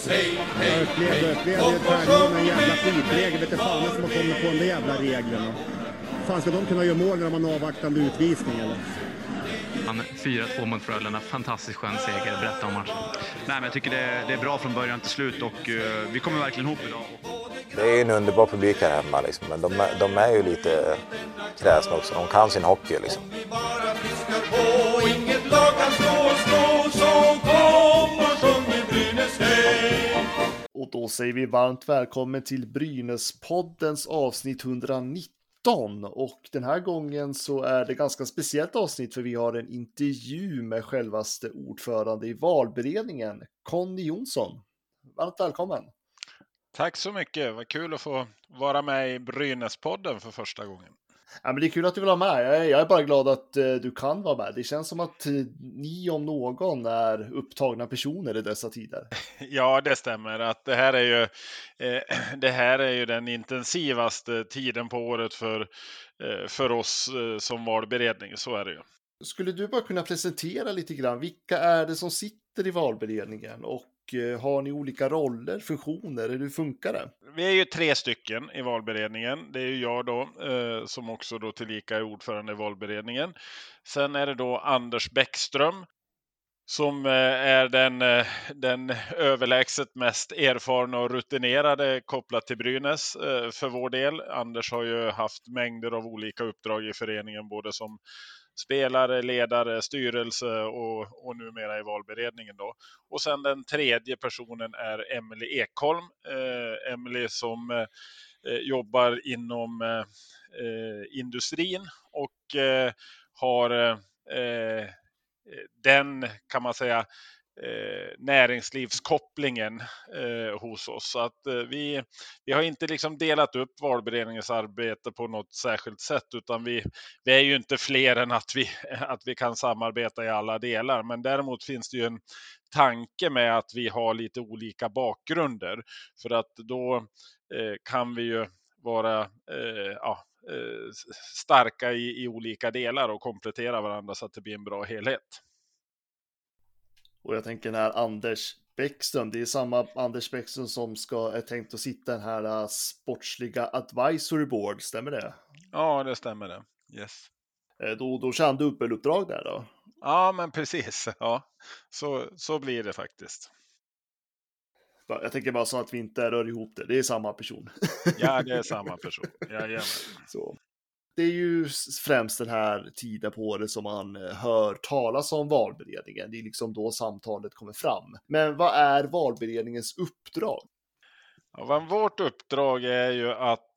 Jag upplevde ju Tärnholm en jävla skitregel. Vet du fan som har kommit på de där jävla reglerna. Fan, ska de kunna göra mål när de har en avvaktande utvisning eller? 4-2 mot Frölunda, fantastiskt skön seger. Berätta om matchen. Nej, men jag tycker det är bra från början till slut och vi kommer verkligen ihop idag. Det är en underbar publik här hemma liksom, men de är ju lite kräsna också. De kan sin hockey liksom. Och då säger vi varmt välkommen till Brynäspoddens avsnitt 119. Och den här gången så är det ganska speciellt avsnitt för vi har en intervju med självaste ordförande i valberedningen, Conny Jonsson. Varmt välkommen! Tack så mycket, vad kul att få vara med i Brynäspodden för första gången. Ja, men det är kul att du vill ha med. Jag är bara glad att du kan vara med. Det känns som att ni om någon är upptagna personer i dessa tider. Ja, det stämmer. Att det här är ju den intensivaste tiden på året för oss som valberedning. Så är det ju. Skulle du bara kunna presentera lite grann? Vilka är det som sitter i valberedningen? Och har ni olika roller, funktioner? Hur funkar det? Vi är ju 3 stycken i valberedningen. Det är ju jag då som också då tillika är ordförande i valberedningen. Sen är det då Anders Bäckström som är den överlägset mest erfarna och rutinerade kopplat till Brynäs för vår del. Anders har ju haft mängder av olika uppdrag i föreningen, både som spelare, ledare, styrelse och numera i valberedningen då. Och sen den tredje personen är Emily Ekholm. Emily som jobbar inom industrin och har den, kan man säga, näringslivskopplingen hos oss. Så att vi har inte liksom delat upp valberedningens arbete på något särskilt sätt, utan vi är ju inte fler än att vi kan samarbeta i alla delar. Men däremot finns det ju en tanke med att vi har lite olika bakgrunder, för att då kan vi ju vara starka i olika delar och komplettera varandra så att det blir en bra helhet. Och jag tänker den här Anders Bäckström, det är samma Anders Bäckström som är tänkt att sitta den här sportsliga advisory board, stämmer det? Ja, det stämmer det. Yes. Då kör han dubbeluppdrag där då? Ja, men precis. Ja, så blir det faktiskt. Jag tänker bara så att vi inte rör ihop det. Det är samma person. Ja, det är samma person. Jajamän. Så. Det är ju främst den här tiden på året som man hör talas om valberedningen. Det är liksom då samtalet kommer fram. Men vad är valberedningens uppdrag? Ja, vårt uppdrag är ju att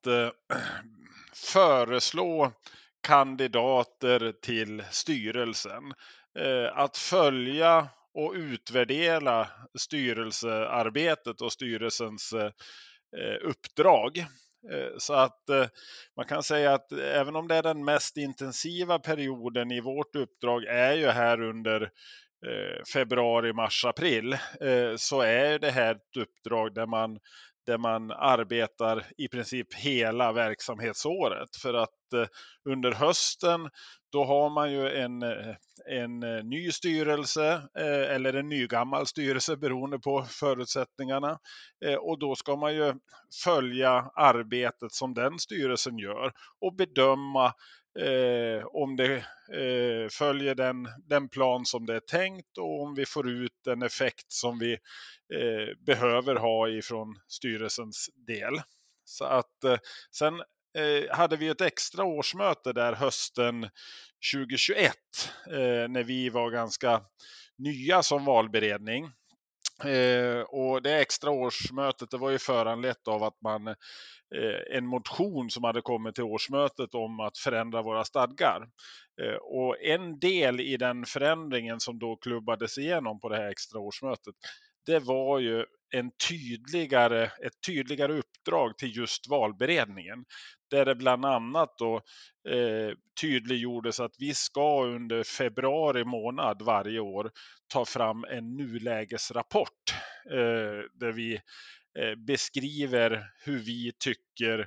föreslå kandidater till styrelsen. Att följa och utvärdera styrelsearbetet och styrelsens uppdrag. Så att man kan säga att även om det är den mest intensiva perioden i vårt uppdrag är ju här under februari, mars, april, så är det här ett uppdrag där man arbetar i princip hela verksamhetsåret. För att under hösten då har man ju en ny styrelse eller en ny gammal styrelse beroende på förutsättningarna. Och då ska man ju följa arbetet som den styrelsen gör och bedöma om det följer den plan som det är tänkt och om vi får ut den effekt som vi behöver ha ifrån styrelsens del. Så att sen hade vi ett extra årsmöte där hösten 2021 när vi var ganska nya som valberedning. Och det extra årsmötet, det var ju föranlett av att en motion som hade kommit till årsmötet om att förändra våra stadgar. Och en del i den förändringen som då klubbades igenom på det här extra årsmötet, det var ju ett tydligare uppdrag till just valberedningen. Där det bland annat då tydliggjordes att vi ska under februari månad varje år ta fram en nulägesrapport där vi beskriver hur vi tycker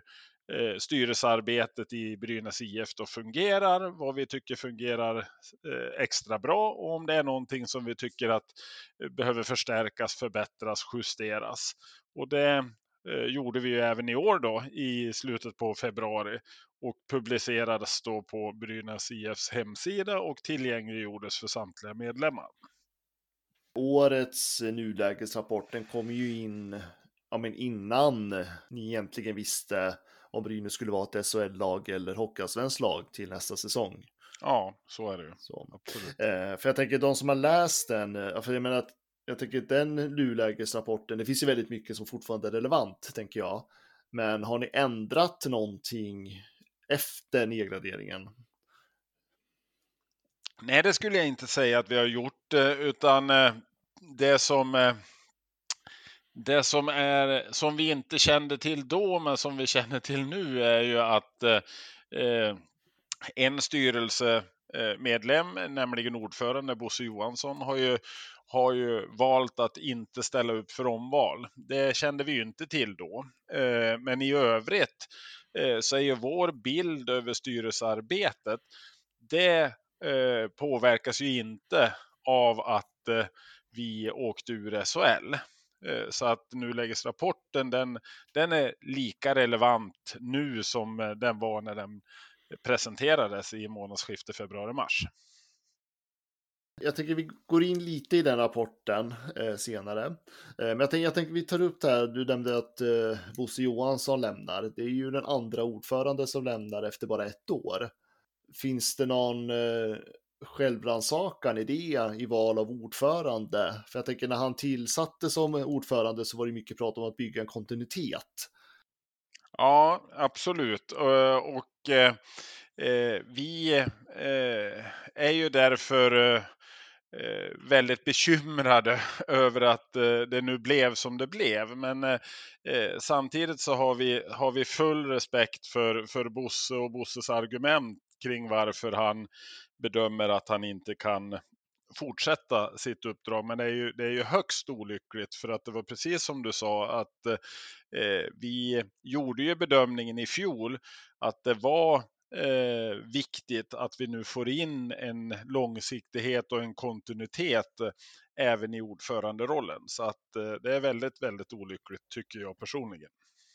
styrelsearbetet i Brynäs IF då fungerar, vad vi tycker fungerar extra bra och om det är någonting som vi tycker att behöver förstärkas, förbättras, justeras. Och det gjorde vi ju även i år då i slutet på februari och publicerades då på Brynäs IFs hemsida och tillgängliggjordes för samtliga medlemmar. Årets nulägesrapport, den kom ju in innan ni egentligen visste om Brynäs skulle vara ett SHL-lag eller Hockeyallsvenskt lag till nästa säsong. Ja, så är det ju. Absolut. För jag tänker de som har läst den, för jag menar att jag tycker att den nulägesrapporten, det finns ju väldigt mycket som fortfarande är relevant, tänker jag. Men har ni ändrat någonting efter nedgraderingen? Nej, det skulle jag inte säga att vi har gjort, utan det som vi inte kände till då, men som vi känner till nu är ju att en styrelsemedlem, nämligen ordförande Bosse Johansson, har ju valt att inte ställa upp för omval. Det kände vi ju inte till då. Men i övrigt så är ju vår bild över styrelsearbetet, det påverkas ju inte av att vi åkte ur SHL. Så att nulägesrapporten den är lika relevant nu som den var när den presenterades i månadsskiftet februari-mars. Jag tänker vi går in lite i den rapporten senare. Men jag tänker vi tar upp det här. Du nämnde att Bosse Johansson lämnar. Det är ju den andra ordförande som lämnar efter bara ett år. Finns det någon självrannsakan i det i val av ordförande? För jag tänker när han tillsatte som ordförande så var det mycket prat om att bygga en kontinuitet. Ja, absolut. Och vi är ju därför väldigt bekymrade över att det nu blev som det blev. Men samtidigt så har vi full respekt för Bosse och Bosses argument kring varför han bedömer att han inte kan fortsätta sitt uppdrag. Men det är ju högst olyckligt, för att det var precis som du sa att vi gjorde ju bedömningen i fjol att det var viktigt att vi nu får in en långsiktighet och en kontinuitet även i ordföranderollen. Så att det är väldigt, väldigt olyckligt, tycker jag personligen.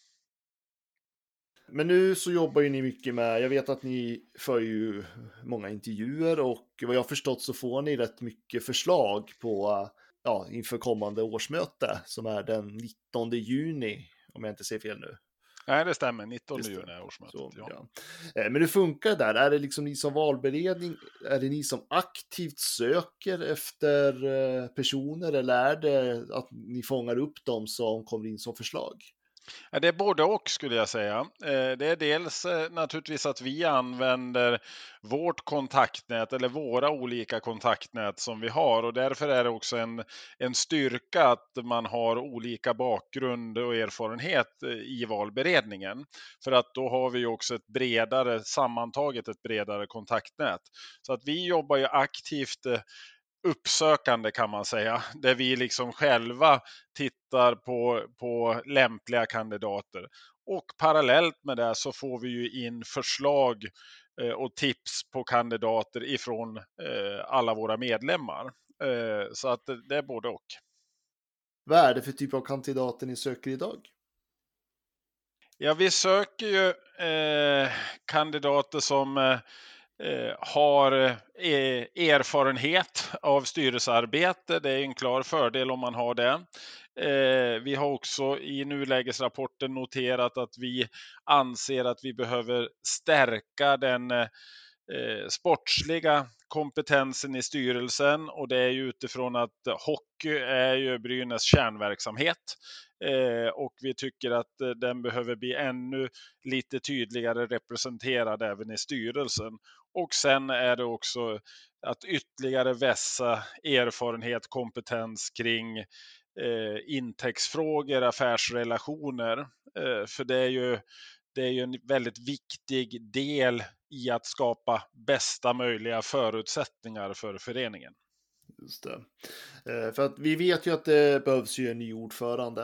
Men nu så jobbar ju ni mycket med, jag vet att ni för ju många intervjuer och vad jag förstått så får ni rätt mycket förslag på inför kommande årsmöte som är den 19 juni, om jag inte ser fel nu. Nej, det stämmer. 19 juni är årsmötet. Så, ja. Men hur funkar det där? Är det liksom ni som valberedning? Är det ni som aktivt söker efter personer? Eller är det att ni fångar upp dem som kommer in som förslag? Ja, det är både och, skulle jag säga. Det är dels naturligtvis att vi använder vårt kontaktnät eller våra olika kontaktnät som vi har, och därför är det också en styrka att man har olika bakgrund och erfarenhet i valberedningen. För att då har vi också sammantaget ett bredare kontaktnät. Så att vi jobbar ju aktivt uppsökande, kan man säga, där vi liksom själva tittar på lämpliga kandidater, och parallellt med det så får vi ju in förslag och tips på kandidater ifrån alla våra medlemmar, så att det är både och. Vad är det för typ av kandidater ni söker idag? Ja, vi söker ju kandidater som har erfarenhet av styrelsearbete. Det är en klar fördel om man har det. Vi har också i nulägesrapporten noterat att vi anser att vi behöver stärka den sportsliga kompetensen i styrelsen, och det är ju utifrån att hockey är ju Brynäs kärnverksamhet, och vi tycker att den behöver bli ännu lite tydligare representerad även i styrelsen. Och sen är det också att ytterligare vässa erfarenhet, kompetens kring intäktsfrågor, affärsrelationer, för det är ju en väldigt viktig del i att skapa bästa möjliga förutsättningar för föreningen. Just det. För att vi vet ju att det behövs ju en ny ordförande.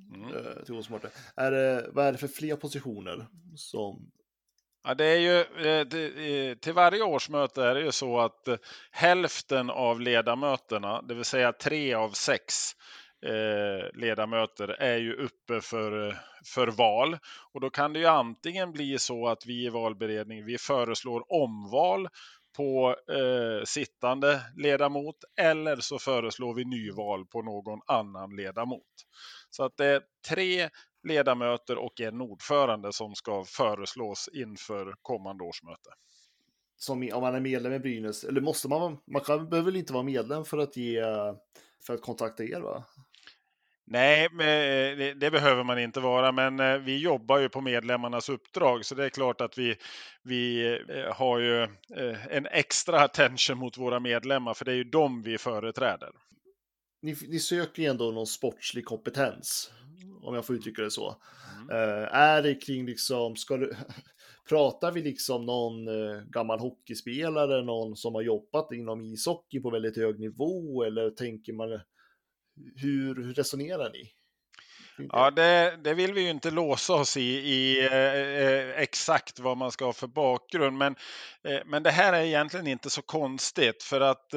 till Åsmorte. Vad är det för fler positioner som... Ja, det är ju, till varje årsmöte är det ju så att hälften av ledamöterna, det vill säga 3 av 6 ledamöter, är ju uppe för val. Och då kan det ju antingen bli så att vi i valberedningen vi föreslår omval på sittande ledamot, eller så föreslår vi nyval på någon annan ledamot. Så att det är 3 ledamöter och en ordförande som ska föreslås inför kommande årsmöte. Som om man är medlem i Brynäs, eller måste man behöver väl inte vara medlem för att kontakta er, va? Nej, det behöver man inte vara, men vi jobbar ju på medlemmarnas uppdrag, så det är klart att vi har ju en extra attention mot våra medlemmar, för det är ju dem vi företräder. Ni söker ju ändå någon sportslig kompetens, om jag får uttrycka det så. Är det kring liksom, pratar vi liksom någon gammal hockeyspelare, någon som har jobbat inom ishockey på väldigt hög nivå, eller tänker man, hur resonerar ni? Ja, det vill vi ju inte låsa oss i exakt vad man ska ha för bakgrund, men det här är egentligen inte så konstigt, för att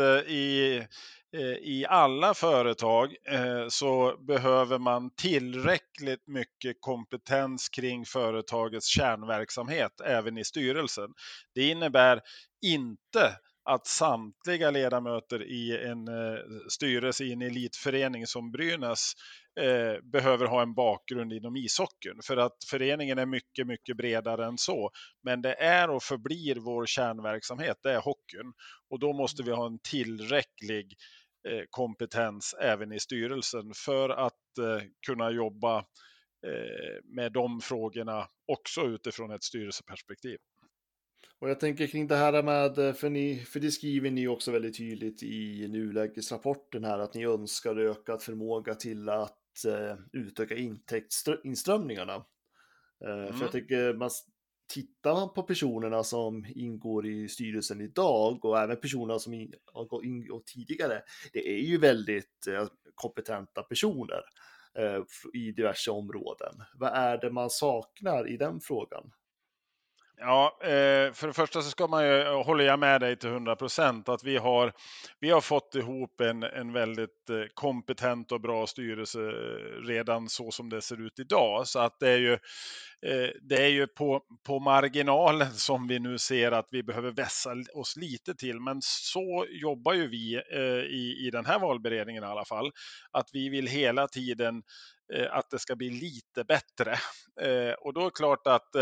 i alla företag så behöver man tillräckligt mycket kompetens kring företagets kärnverksamhet även i styrelsen. Det innebär inte att samtliga ledamöter i en styrelse i en elitförening som Brynäs behöver ha en bakgrund inom ishockeyn, för att föreningen är mycket, mycket bredare än så. Men det är och förblir vår kärnverksamhet, det är hockeyn. Och då måste vi ha en tillräcklig kompetens även i styrelsen för att kunna jobba med de frågorna också utifrån ett styrelseperspektiv. Och jag tänker kring det här med, för det skriver ni också väldigt tydligt i nulägesrapporten här, att ni önskar ökad förmåga till att utöka intäktsinströmningarna. För jag tänker, tittar man på personerna som ingår i styrelsen idag och även personerna som har ingått tidigare, det är ju väldigt kompetenta personer i diverse områden. Vad är det man saknar i den frågan? Ja, för det första så ska man ju, håller jag med dig till 100%, att vi har fått ihop en väldigt kompetent och bra styrelse redan så som det ser ut idag. Så att det är ju på marginalen som vi nu ser att vi behöver vässa oss lite till. Men så jobbar ju vi i den här valberedningen i alla fall. Att vi vill hela tiden att det ska bli lite bättre. Och då är det klart att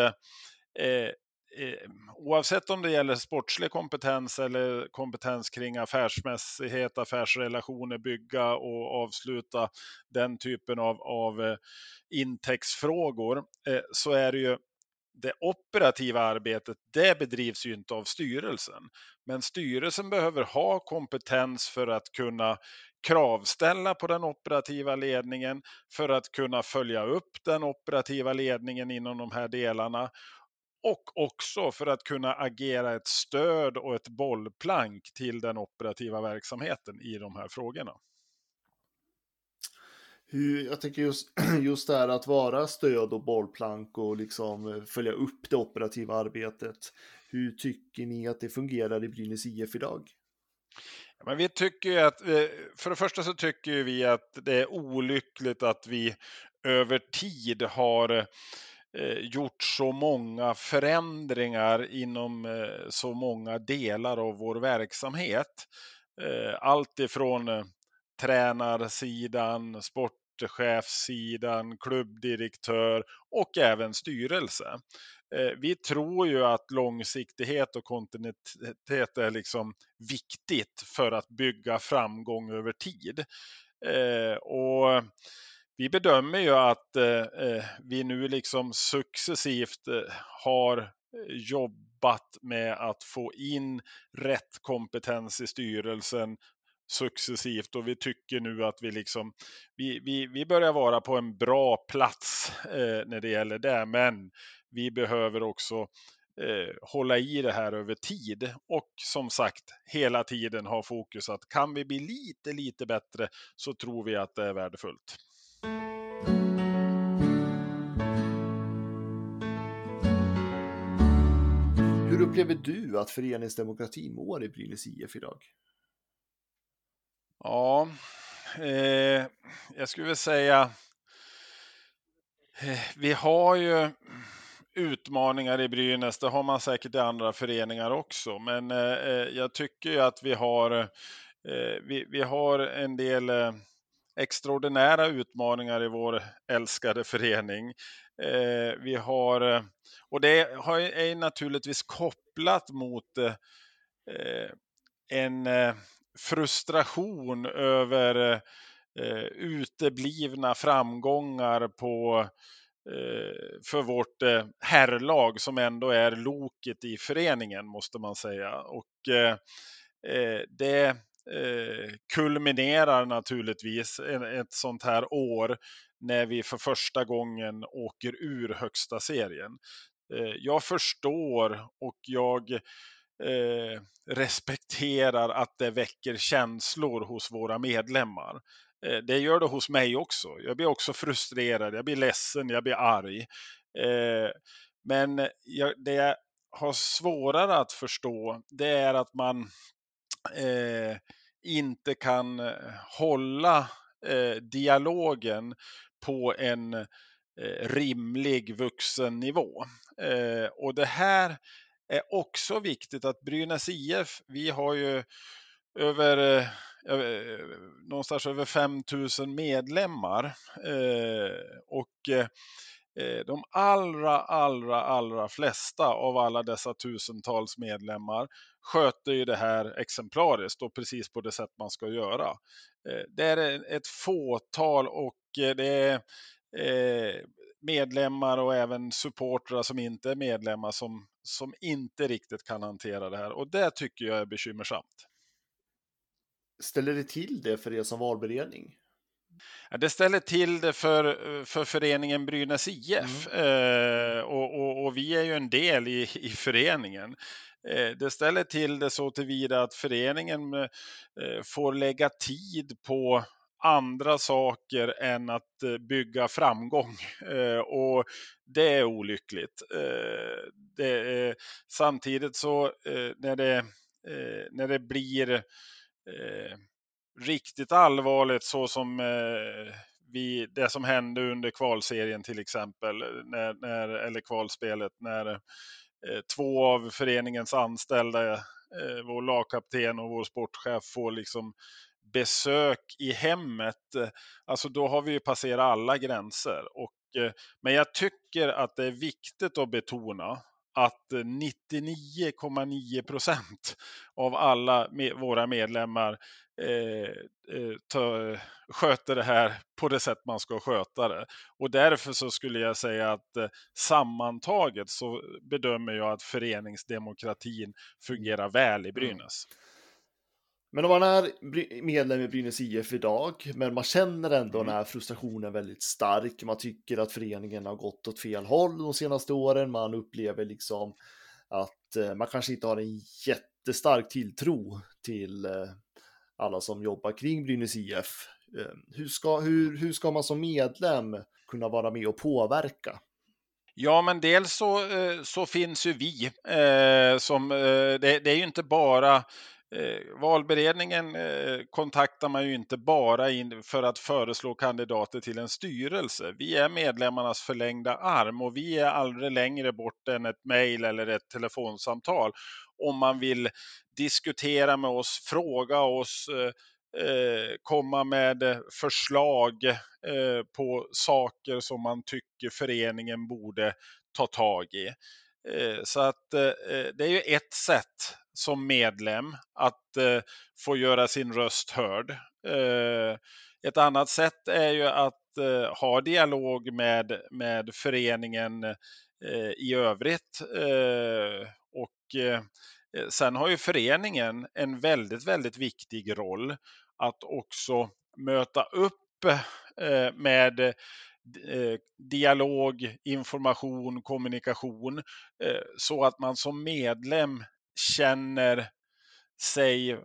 oavsett om det gäller sportslig kompetens eller kompetens kring affärsmässighet, affärsrelationer, bygga och avsluta den typen av intäktsfrågor, så är det ju det operativa arbetet, det bedrivs ju inte av styrelsen. Men styrelsen behöver ha kompetens för att kunna kravställa på den operativa ledningen, för att kunna följa upp den operativa ledningen inom de här delarna. Och också för att kunna agera ett stöd och ett bollplank till den operativa verksamheten i de här frågorna. Jag tänker just det här att vara stöd och bollplank och liksom följa upp det operativa arbetet. Hur tycker ni att det fungerar i Brynäs IF idag? Men vi tycker ju att, för det första så tycker vi att det är olyckligt att vi över tid har gjort så många förändringar inom så många delar av vår verksamhet. Allt ifrån tränarsidan, sportchefssidan, klubbdirektör och även styrelse. Vi tror ju att långsiktighet och kontinuitet är liksom viktigt för att bygga framgång över tid. Och vi bedömer ju att vi nu liksom successivt har jobbat med att få in rätt kompetens i styrelsen successivt, och vi tycker nu att vi börjar vara på en bra plats när det gäller det, men vi behöver också hålla i det här över tid och som sagt hela tiden ha fokus att kan vi bli lite bättre, så tror vi att det är värdefullt. upplever du att föreningsdemokratin mår i Brynäs IF idag? Ja, jag skulle väl säga vi har ju utmaningar i Brynäs, det har man säkert i andra föreningar också, men jag tycker ju att vi har en del extraordinära utmaningar i vår älskade förening. Vi har, och det är naturligtvis kopplat mot en frustration över uteblivna framgångar för vårt herrlag som ändå är loket i föreningen, måste man säga. Och det kulminerar naturligtvis ett sånt här år när vi för första gången åker ur högsta serien. Jag förstår och jag respekterar att det väcker känslor hos våra medlemmar. Det gör det hos mig också. Jag blir också frustrerad, jag blir ledsen, jag blir arg. Men det jag har svårare att förstå, det är att man inte kan hålla dialogen på en rimlig vuxen nivå. Och det här är också viktigt, att Brynäs IF, vi har ju någonstans över 5 000 medlemmar och de allra flesta av alla dessa tusentals medlemmar sköter ju det här exemplariskt och precis på det sätt man ska göra. Det är ett fåtal och det är medlemmar och även supportrar som inte är medlemmar som inte riktigt kan hantera det här, och det tycker jag är bekymmersamt. Ställer det till det för er som valberedning? Ja, det ställer till det för föreningen Brynäs IF och vi är ju en del i föreningen. Det ställer till det så tillvida att föreningen får lägga tid på andra saker än att bygga framgång, och det är olyckligt. Samtidigt så när det blir riktigt allvarligt, så som det som hände under kvalserien till exempel, eller kvalspelet, när 2 av föreningens anställda, vår lagkapten och vår sportchef, får liksom besök i hemmet, alltså då har vi ju passerat alla gränser. Men jag tycker att det är viktigt att betona att 99,9% av alla våra medlemmar sköter det här på det sätt man ska sköta det. Och därför så skulle jag säga att sammantaget så bedömer jag att föreningsdemokratin fungerar väl i Brynäs. Men om man är medlem i Brynäs IF idag, men man känner ändå den här frustrationen väldigt stark. Man tycker att föreningen har gått åt fel håll de senaste åren. Man upplever liksom att man kanske inte har en jättestark tilltro till alla som jobbar kring Brynäs IF. Hur ska man som medlem kunna vara med och påverka? Ja, men dels så finns ju vi det är ju inte bara valberedningen kontaktar man ju inte bara in för att föreslå kandidater till en styrelse. Vi är medlemmarnas förlängda arm och vi är aldrig längre bort än ett mejl eller ett telefonsamtal om man vill diskutera med oss, fråga oss, komma med förslag på saker som man tycker föreningen borde ta tag i. Så att det är ju ett sätt som medlem att få göra sin röst hörd. Ett annat sätt är ju att ha dialog med föreningen i övrigt. Sen har ju föreningen en väldigt, väldigt viktig roll att också möta upp med dialog, information, kommunikation, så att man som medlem känner sig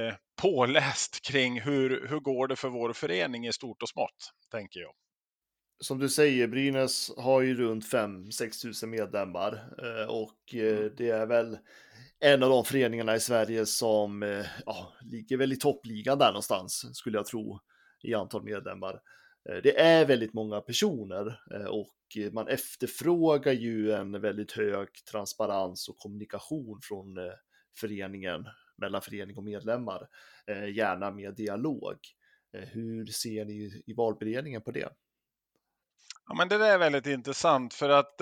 påläst kring hur går det för vår förening i stort och smått, tänker jag. som du säger, Brynäs har ju runt 5-6 tusen medlemmar och det är väl en av de föreningarna i Sverige som ligger väl i toppligan där någonstans, skulle jag tro, i antal medlemmar. Det är väldigt många personer och man efterfrågar ju en väldigt hög transparens och kommunikation från föreningen, mellan förening och medlemmar, gärna med dialog. Hur ser ni i valberedningen på det? Ja, men det där är väldigt intressant för att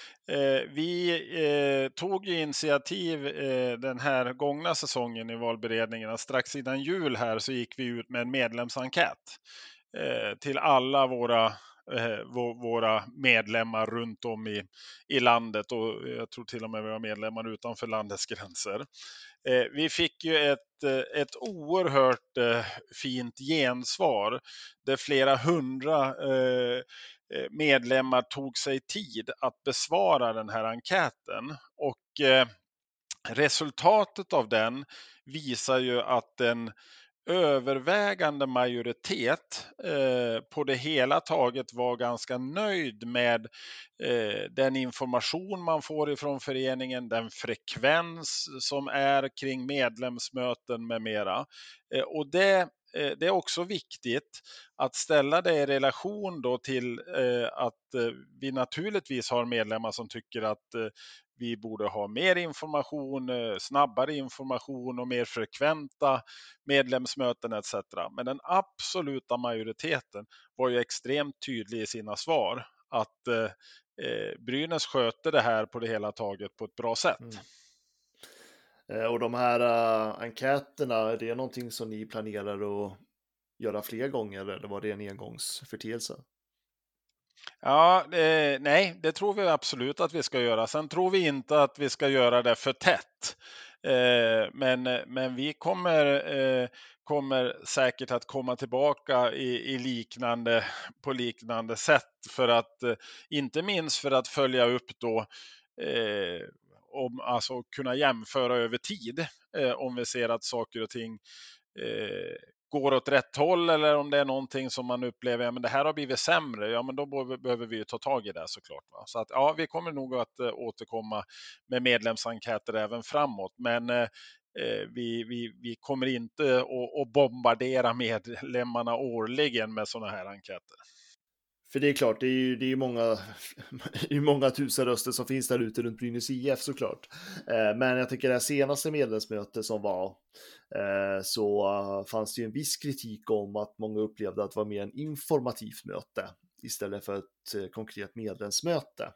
vi tog ju initiativ den här gångna säsongen i valberedningen. Strax innan jul här så gick vi ut med en medlemsenkät till alla våra medlemmar runt om i landet, och jag tror till och med vi har medlemmar utanför landets gränser. Vi fick ju ett oerhört fint gensvar där flera hundra medlemmar tog sig tid att besvara den här enkäten, och resultatet av den visar ju att en övervägande majoritet på det hela taget var ganska nöjd med den information man får ifrån föreningen, den frekvens som är kring medlemsmöten med mera. Och det är också viktigt att ställa det i relation då till att vi naturligtvis har medlemmar som tycker att vi borde ha mer information, snabbare information och mer frekventa medlemsmöten etc. Men den absoluta majoriteten var ju extremt tydlig i sina svar att Brynäs sköter det här på det hela taget på ett bra sätt. Och de här enkäterna, är det någonting som ni planerar att göra fler gånger, eller var det en engångsförteelse? Ja, nej, det tror vi absolut att vi ska göra. Sen tror vi inte att vi ska göra det för tätt. Men vi kommer säkert att komma tillbaka på liknande sätt, för att inte minst för att följa upp då alltså kunna jämföra över tid om vi ser att saker och ting går åt rätt håll, eller om det är någonting som man upplever, men det här har blivit sämre, ja men då behöver vi ju ta tag i det såklart. Va? Så att ja, vi kommer nog att återkomma med medlemsenkäter även framåt, men vi kommer inte att bombardera medlemmarna årligen med sådana här enkäter. För det är klart, det är ju många tusen röster som finns där ute runt Brynäs IF såklart. Men jag tycker det senaste medlemsmötet som var, så fanns det ju en viss kritik om att många upplevde att det var mer en informativt möte istället för ett konkret medlemsmöte.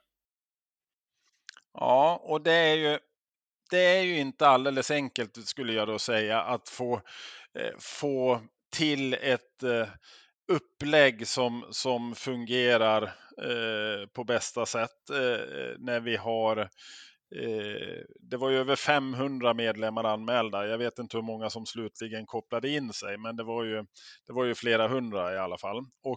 Ja, och det är ju inte alldeles enkelt, skulle jag då säga, att få till ett upplägg som fungerar på bästa sätt när vi har det var ju över 500 medlemmar anmälda. Jag vet inte hur många som slutligen kopplade in sig, men det var ju flera hundra i alla fall. Och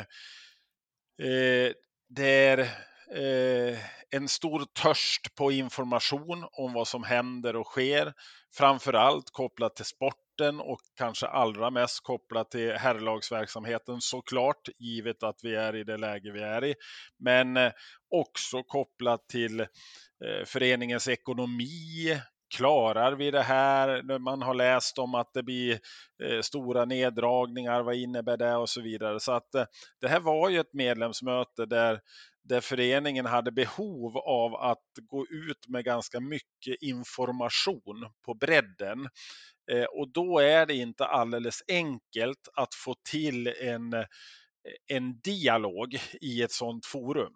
det är en stor törst på information om vad som händer och sker, framförallt kopplat till sporten och kanske allra mest kopplat till herrlagsverksamheten såklart, givet att vi är i det läge vi är i, men också kopplat till föreningens ekonomi. Klarar vi det här? Man har läst om att det blir stora neddragningar, vad innebär det och så vidare. Så att det här var ju ett medlemsmöte där föreningen hade behov av att gå ut med ganska mycket information på bredden. Och då är det inte alldeles enkelt att få till en dialog i ett sådant forum.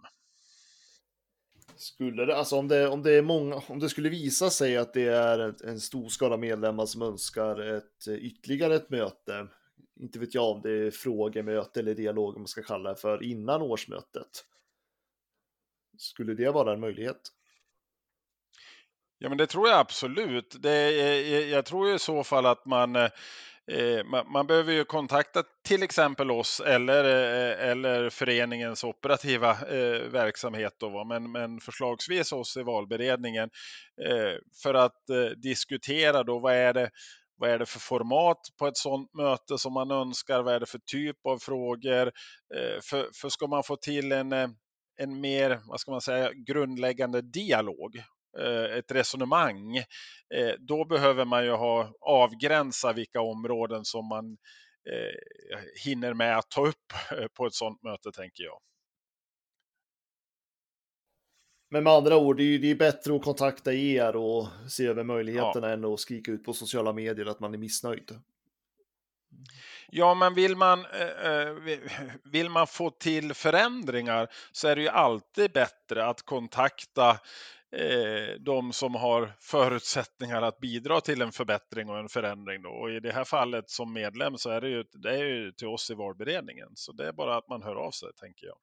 Skulle det, alltså om det skulle visa sig att det är en stor skala medlemmar som önskar ytterligare ett möte, inte vet jag om det är frågemöte eller dialog man ska kalla det för, innan årsmötet, skulle det vara en möjlighet? Ja, men det tror jag absolut. Jag tror i så fall att man behöver ju kontakta till exempel oss eller föreningens operativa verksamhet då, men förslagsvis oss i valberedningen för att diskutera då vad är Vad är det för format på ett sådant möte som man önskar? Vad är det för typ av frågor? För ska man få till en mer, vad ska man säga, grundläggande dialog, ett resonemang, då behöver man ju avgränsa vilka områden som man hinner med att ta upp på ett sådant möte, tänker jag. Men med andra ord, det är bättre att kontakta er och se över möjligheterna än att skrika ut på sociala medier att man är missnöjd. Ja, men vill man få till förändringar så är det ju alltid bättre att kontakta de som har förutsättningar att bidra till en förbättring och en förändring då. Och i det här fallet som medlem så är det är ju till oss i valberedningen. Så det är bara att man hör av sig, tänker jag.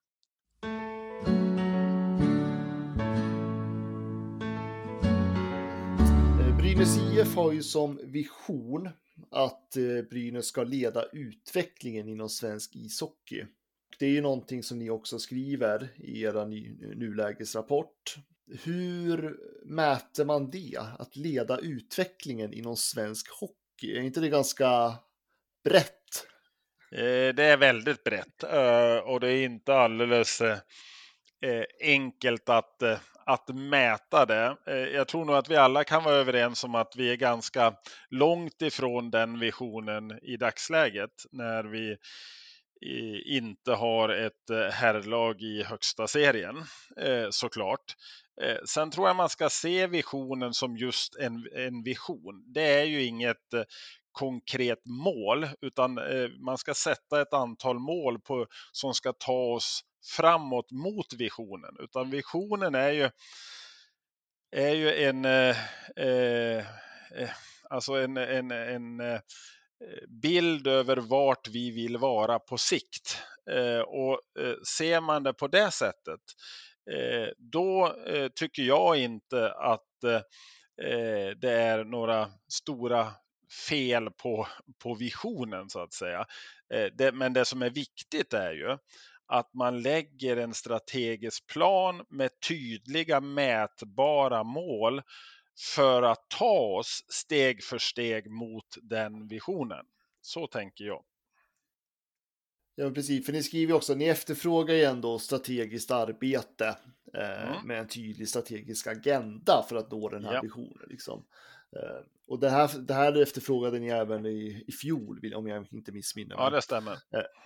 Brynäs IF har ju som vision att Brynäs ska leda utvecklingen inom svensk ishockey. Det är ju någonting som ni också skriver i era nulägesrapport. Hur mäter man det? Att leda utvecklingen inom svensk hockey? Är inte det ganska brett? Det är väldigt brett och det är inte alldeles enkelt att mäta det. Jag tror nog att vi alla kan vara överens om att vi är ganska långt ifrån den visionen i dagsläget när vi inte har ett herrlag i högsta serien, såklart. Sen tror jag man ska se visionen som just en vision. Det är ju inget konkret mål, utan man ska sätta ett antal mål som ska ta oss framåt mot visionen. Utan visionen är ju en bild över vart vi vill vara på sikt. Och ser man det på det sättet, då tycker jag inte att det är några stora fel på visionen, så att säga. Men det som är viktigt är ju att man lägger en strategisk plan med tydliga mätbara mål för att ta oss steg för steg mot den visionen. Så tänker jag. Ja, precis. För ni skriver också, ni efterfrågar ju ändå strategiskt arbete med en tydlig strategisk agenda för att nå den här visionen. Liksom. Och det här efterfrågade ni även i fjol, om jag inte missminner mig. Ja, det stämmer.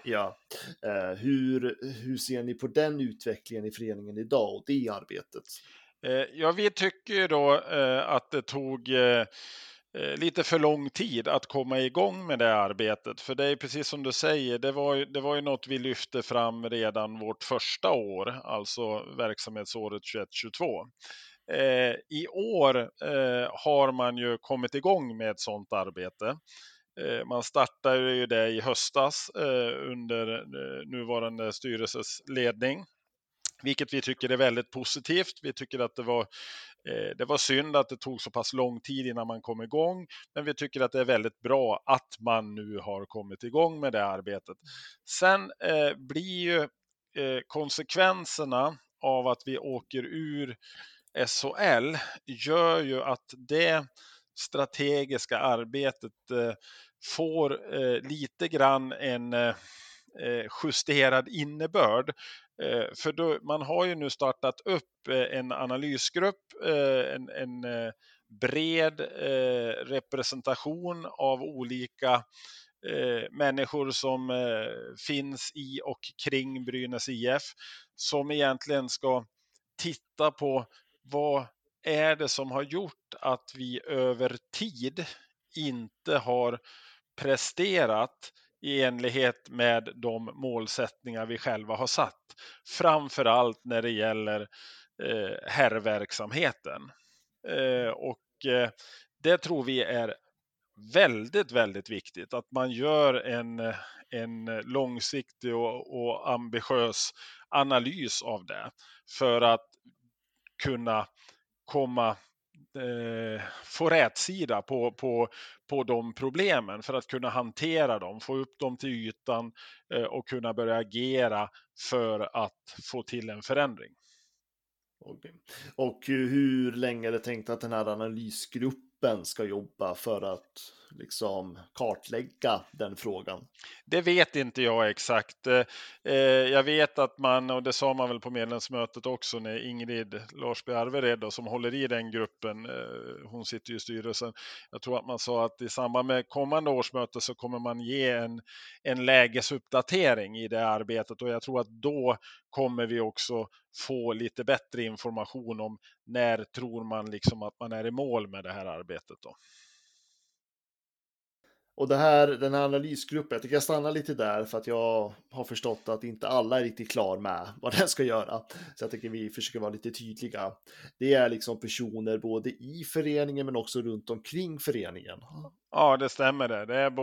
Hur ser ni på den utvecklingen i föreningen idag och det arbetet? Ja, vi tycker då att det tog lite för lång tid att komma igång med det arbetet. För det är precis som du säger, det var ju något vi lyfte fram redan vårt första år, alltså verksamhetsåret 21-22. I år har man ju kommit igång med ett sådant arbete. Man startade ju det i höstas under nuvarande styrelses ledning. Vilket vi tycker är väldigt positivt. Vi tycker att det var synd att det tog så pass lång tid innan man kom igång. Men vi tycker att det är väldigt bra att man nu har kommit igång med det arbetet. Sen blir ju konsekvenserna av att vi åker ur SHL gör ju att det strategiska arbetet får lite grann en justerad innebörd. För då, man har ju nu startat upp en analysgrupp, en bred representation av olika människor som finns i och kring Brynäs IF, som egentligen ska titta på vad är det som har gjort att vi över tid inte har presterat i enlighet med de målsättningar vi själva har satt. Framförallt när det gäller herrverksamheten. Och det tror vi är väldigt, väldigt viktigt. Att man gör en långsiktig och ambitiös analys av det. För att kunna få rätsida på de problemen, för att kunna hantera dem, få upp dem till ytan och kunna börja agera för att få till en förändring. Okay. Och hur länge är det tänkt att den här analysgruppen gruppen ska jobba för att liksom kartlägga den frågan? Det vet inte jag exakt. Jag vet att man, och det sa man väl på medlemsmötet också när Ingrid Larsby Arvered då, som håller i den gruppen, hon sitter ju i styrelsen. Jag tror att man sa att i samband med kommande årsmöte så kommer man ge en lägesuppdatering i det arbetet, och jag tror att då kommer vi också få lite bättre information om när tror man liksom att man är i mål med det här arbetet då. Och den här analysgruppen, jag tycker jag stannar lite där för att jag har förstått att inte alla är riktigt klar med vad den ska göra. Så jag tycker vi försöker vara lite tydliga. Det är liksom personer både i föreningen men också runt omkring föreningen. Ja, det stämmer det.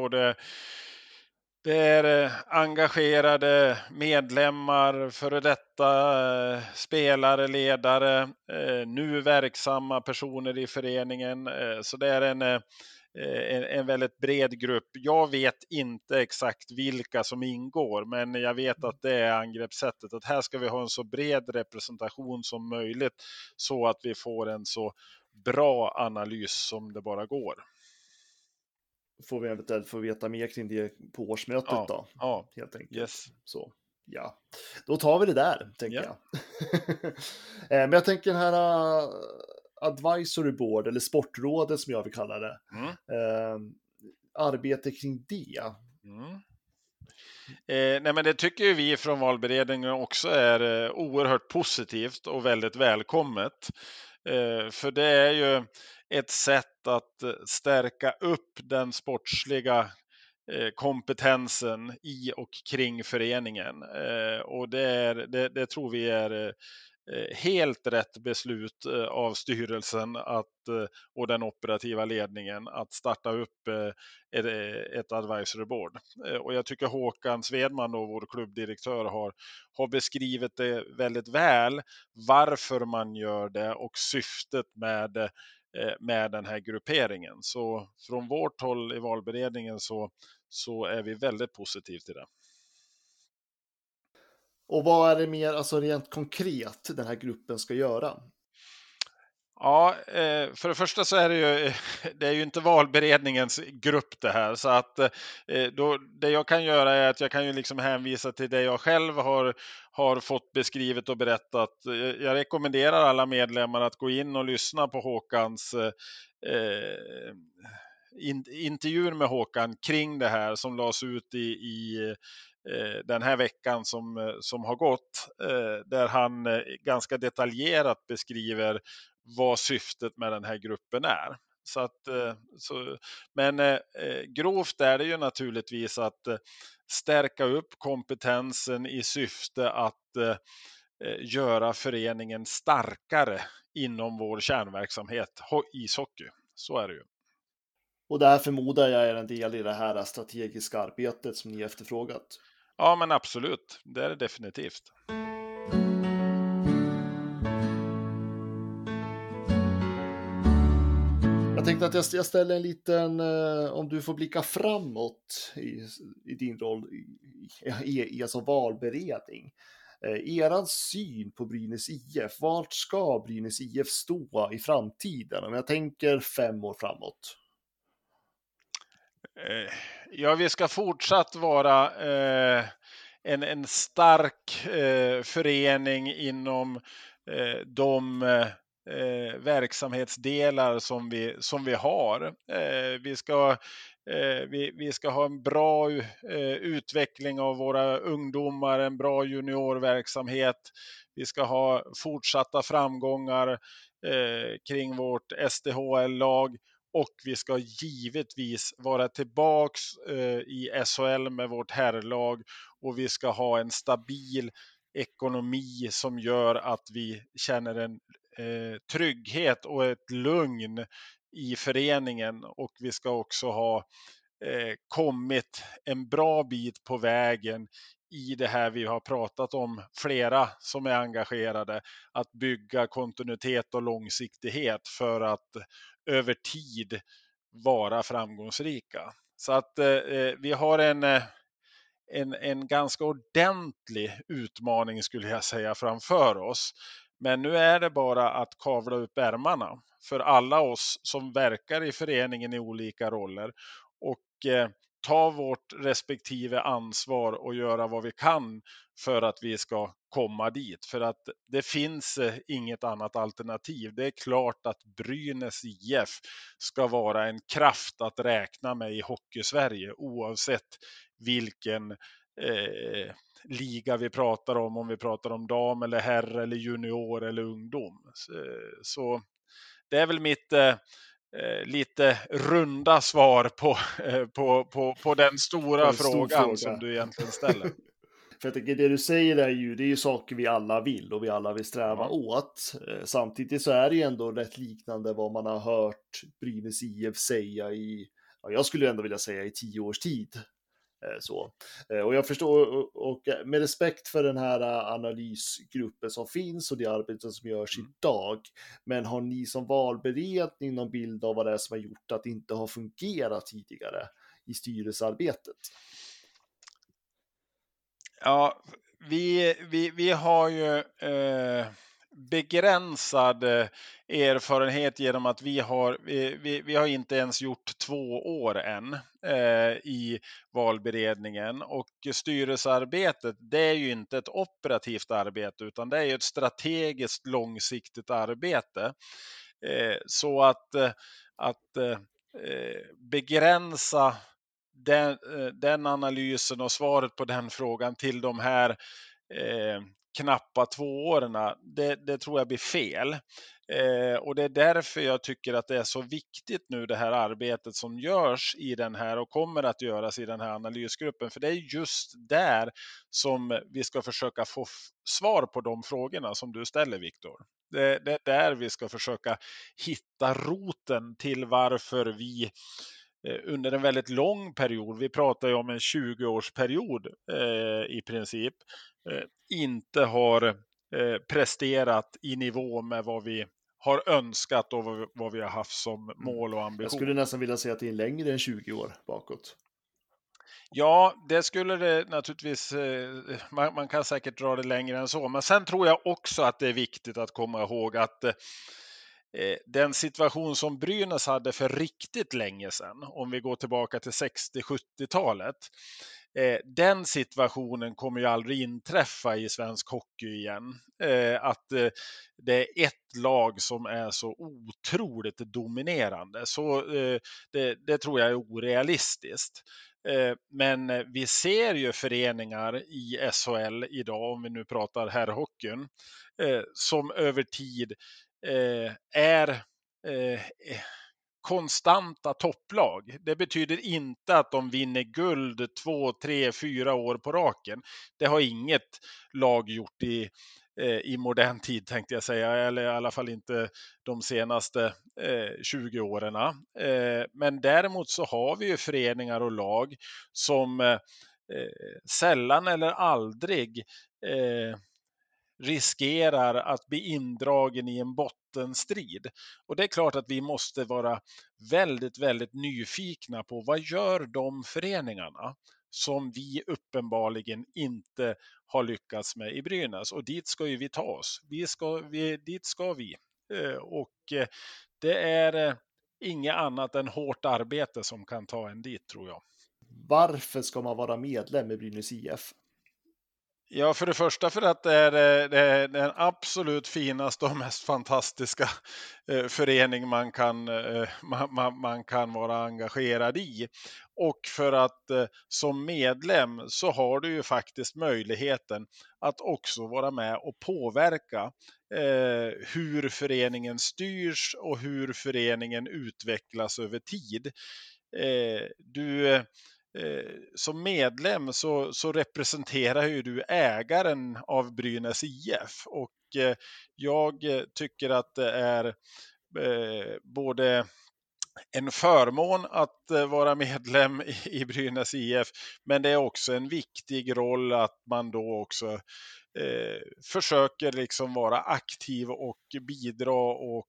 Det är engagerade medlemmar, före detta spelare, ledare, nu verksamma personer i föreningen. Så det är en väldigt bred grupp. Jag vet inte exakt vilka som ingår, men jag vet att det är angreppssättet. Att här ska vi ha en så bred representation som möjligt så att vi får en så bra analys som det bara går. Får vi eventuellt få veta mer kring det på årsmötet då? Ja, helt enkelt. Yes. Så, ja. Då tar vi det där, tänker Ja. jag. Men jag tänker den här advisory board, eller sportrådet som jag vill kalla det. Arbete kring det. Nej, men det tycker ju vi från valberedningen också är oerhört positivt och väldigt välkommet. För det är ju ett sätt att stärka upp den sportsliga kompetensen i och kring föreningen. Och det tror vi är helt rätt beslut av styrelsen och den operativa ledningen att starta upp ett advisory board. Och jag tycker Håkan Svedman, då, vår klubbdirektör, har beskrivit det väldigt väl varför man gör det och syftet med den här grupperingen. Så från vårt håll i valberedningen så är vi väldigt positiva till det. Och vad är det mer, alltså rent konkret, den här gruppen ska göra? Ja, för det första så är det är ju inte valberedningens grupp det här, så att det jag kan göra är att jag kan ju liksom hänvisa till det jag själv har fått beskrivet och berättat. Jag rekommenderar alla medlemmar att gå in och lyssna på Håkans intervjuer med Håkan kring det här som lades ut i den här veckan som har gått, där han ganska detaljerat beskriver vad syftet med den här gruppen är. Men grovt är det ju naturligtvis att stärka upp kompetensen i syfte att göra föreningen starkare inom vår kärnverksamhet, ishockey. Så är det ju. Och det här förmodar jag är en del i det här strategiska arbetet som ni efterfrågat. Ja, men absolut. Det är det definitivt. Jag tänkte att jag ställer en liten, om du får blicka framåt i din roll i alltså valberedning. Eran syn på Brynäs IF, vart ska Brynäs IF stå i framtiden? Om jag tänker 5 år framåt. Ja, vi ska fortsatt vara en stark förening inom de verksamhetsdelar som vi har. Vi ska ha en bra utveckling av våra ungdomar, en bra juniorverksamhet. Vi ska ha fortsatta framgångar kring vårt SDHL-lag. Och vi ska givetvis vara tillbaks i SHL med vårt herrlag, och vi ska ha en stabil ekonomi som gör att vi känner en trygghet och ett lugn i föreningen. Och vi ska också ha kommit en bra bit på vägen i det här vi har pratat om, flera som är engagerade, att bygga kontinuitet och långsiktighet för att över tid vara framgångsrika. Så att vi har en ganska ordentlig utmaning, skulle jag säga, framför oss. Men nu är det bara att kavla upp ärmarna för alla oss som verkar i föreningen i olika roller och ta vårt respektive ansvar och göra vad vi kan för att vi ska komma dit. För att det finns inget annat alternativ. Det är klart att Brynäs IF ska vara en kraft att räkna med i Hockey-Sverige oavsett vilken liga vi pratar om vi pratar om dam eller herr eller junior eller ungdom. Så det är väl mitt lite runda svar på den stora frågan som du egentligen ställer. För jag tänker, det du säger det är ju saker vi alla vill och vi alla vill sträva åt. Samtidigt så är det ju ändå rätt liknande vad man har hört Brynäs IF säga jag skulle ändå vilja säga i 10 års tid. Så. Och jag förstår, och med respekt för den här analysgruppen som finns och det arbetet som görs idag, men har ni som valberedning någon bild av vad det är som har gjort att det inte har fungerat tidigare i styrelsearbetet? Ja, vi har ju begränsad erfarenhet genom att vi har inte ens gjort 2 år än i valberedningen, och styrelsearbetet, det är ju inte ett operativt arbete utan det är ju ett strategiskt långsiktigt arbete. Så att begränsa den analysen och svaret på den frågan till de här knappa 2 åren, det tror jag blir fel. Och det är därför jag tycker att det är så viktigt nu det här arbetet som görs i den här och kommer att göras i den här analysgruppen. För det är just där som vi ska försöka få svar på de frågorna som du ställer, Viktor. Det är där vi ska försöka hitta roten till varför vi under en väldigt lång period, vi pratar ju om en 20-årsperiod i princip, inte har presterat i nivå med vad vi har önskat och vad vi har haft som mål och ambition. Jag skulle nästan vilja säga att det är längre än 20 år bakåt. Ja, det skulle det naturligtvis, man kan säkert dra det längre än så, men sen tror jag också att det är viktigt att komma ihåg att den situation som Brynäs hade för riktigt länge sedan, om vi går tillbaka till 60-70-talet, den situationen kommer ju aldrig inträffa i svensk hockey igen. Att det är ett lag som är så otroligt dominerande. Så det tror jag är orealistiskt. Men vi ser ju föreningar i SHL idag, om vi nu pratar herrhockeyn, som över tid är konstanta topplag. Det betyder inte att de vinner guld 2, 3, 4 år på raken. Det har inget lag gjort i modern tid, tänkte jag säga, eller i alla fall inte de senaste 20 åren. Men däremot så har vi ju föreningar och lag som sällan eller aldrig riskerar att bli indragen i en bottenstrid. Och det är klart att vi måste vara väldigt, väldigt nyfikna på vad gör de föreningarna som vi uppenbarligen inte har lyckats med i Brynäs. Och dit ska ju vi ta oss. Dit ska vi. Och det är inget annat än hårt arbete som kan ta en dit, tror jag. Varför ska man vara medlem i Brynäs IF? Ja, för det första för att det är den absolut finaste och mest fantastiska förening man kan vara engagerad i. Och för att som medlem så har du ju faktiskt möjligheten att också vara med och påverka hur föreningen styrs och hur föreningen utvecklas över tid. Som medlem så representerar ju du ägaren av Brynäs IF, och jag tycker att det är både en förmån att vara medlem i Brynäs IF, men det är också en viktig roll att man då också försöker liksom vara aktiv och bidra och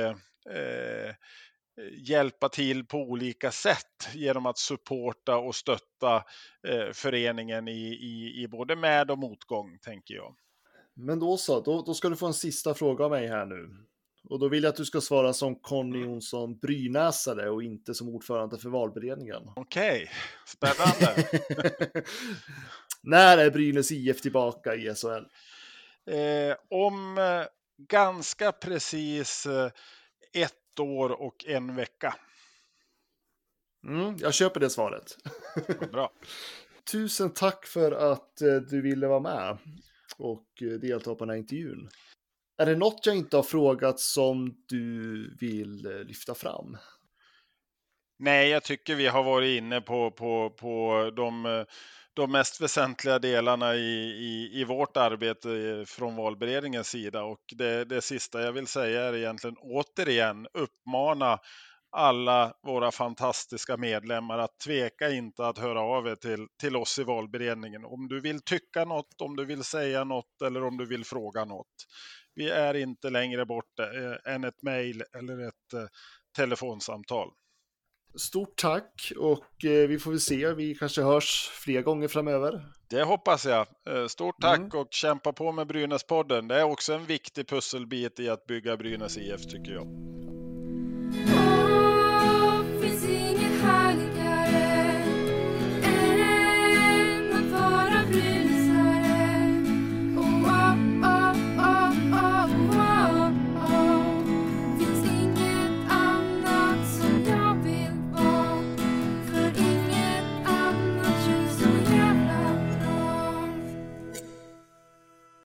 hjälpa till på olika sätt genom att supporta och stötta föreningen i både med- och motgång, tänker jag. Men då så, då ska du få en sista fråga av mig här nu. Och då vill jag att du ska svara som Conny Jonsson Brynäsare och inte som ordförande för valberedningen. Okej, spännande. När är Brynäs IF tillbaka i SHL? Om ganska precis 1 år och 1 vecka. Jag köper det svaret. Bra. Tusen tack för att du ville vara med och delta på den här intervjun. Är det något jag inte har frågat som du vill lyfta fram? Nej, jag tycker vi har varit inne på de mest väsentliga delarna i vårt arbete från valberedningens sida. Och det sista jag vill säga är egentligen återigen uppmana alla våra fantastiska medlemmar att tveka inte att höra av er till oss i valberedningen. Om du vill tycka något, om du vill säga något eller om du vill fråga något. Vi är inte längre borta än ett mejl eller ett telefonsamtal. Stort tack och vi får väl se, vi kanske hörs fler gånger framöver. Det hoppas jag. Stort tack och kämpa på med Brynäspodden. Det är också en viktig pusselbit i att bygga Brynäs IF tycker jag.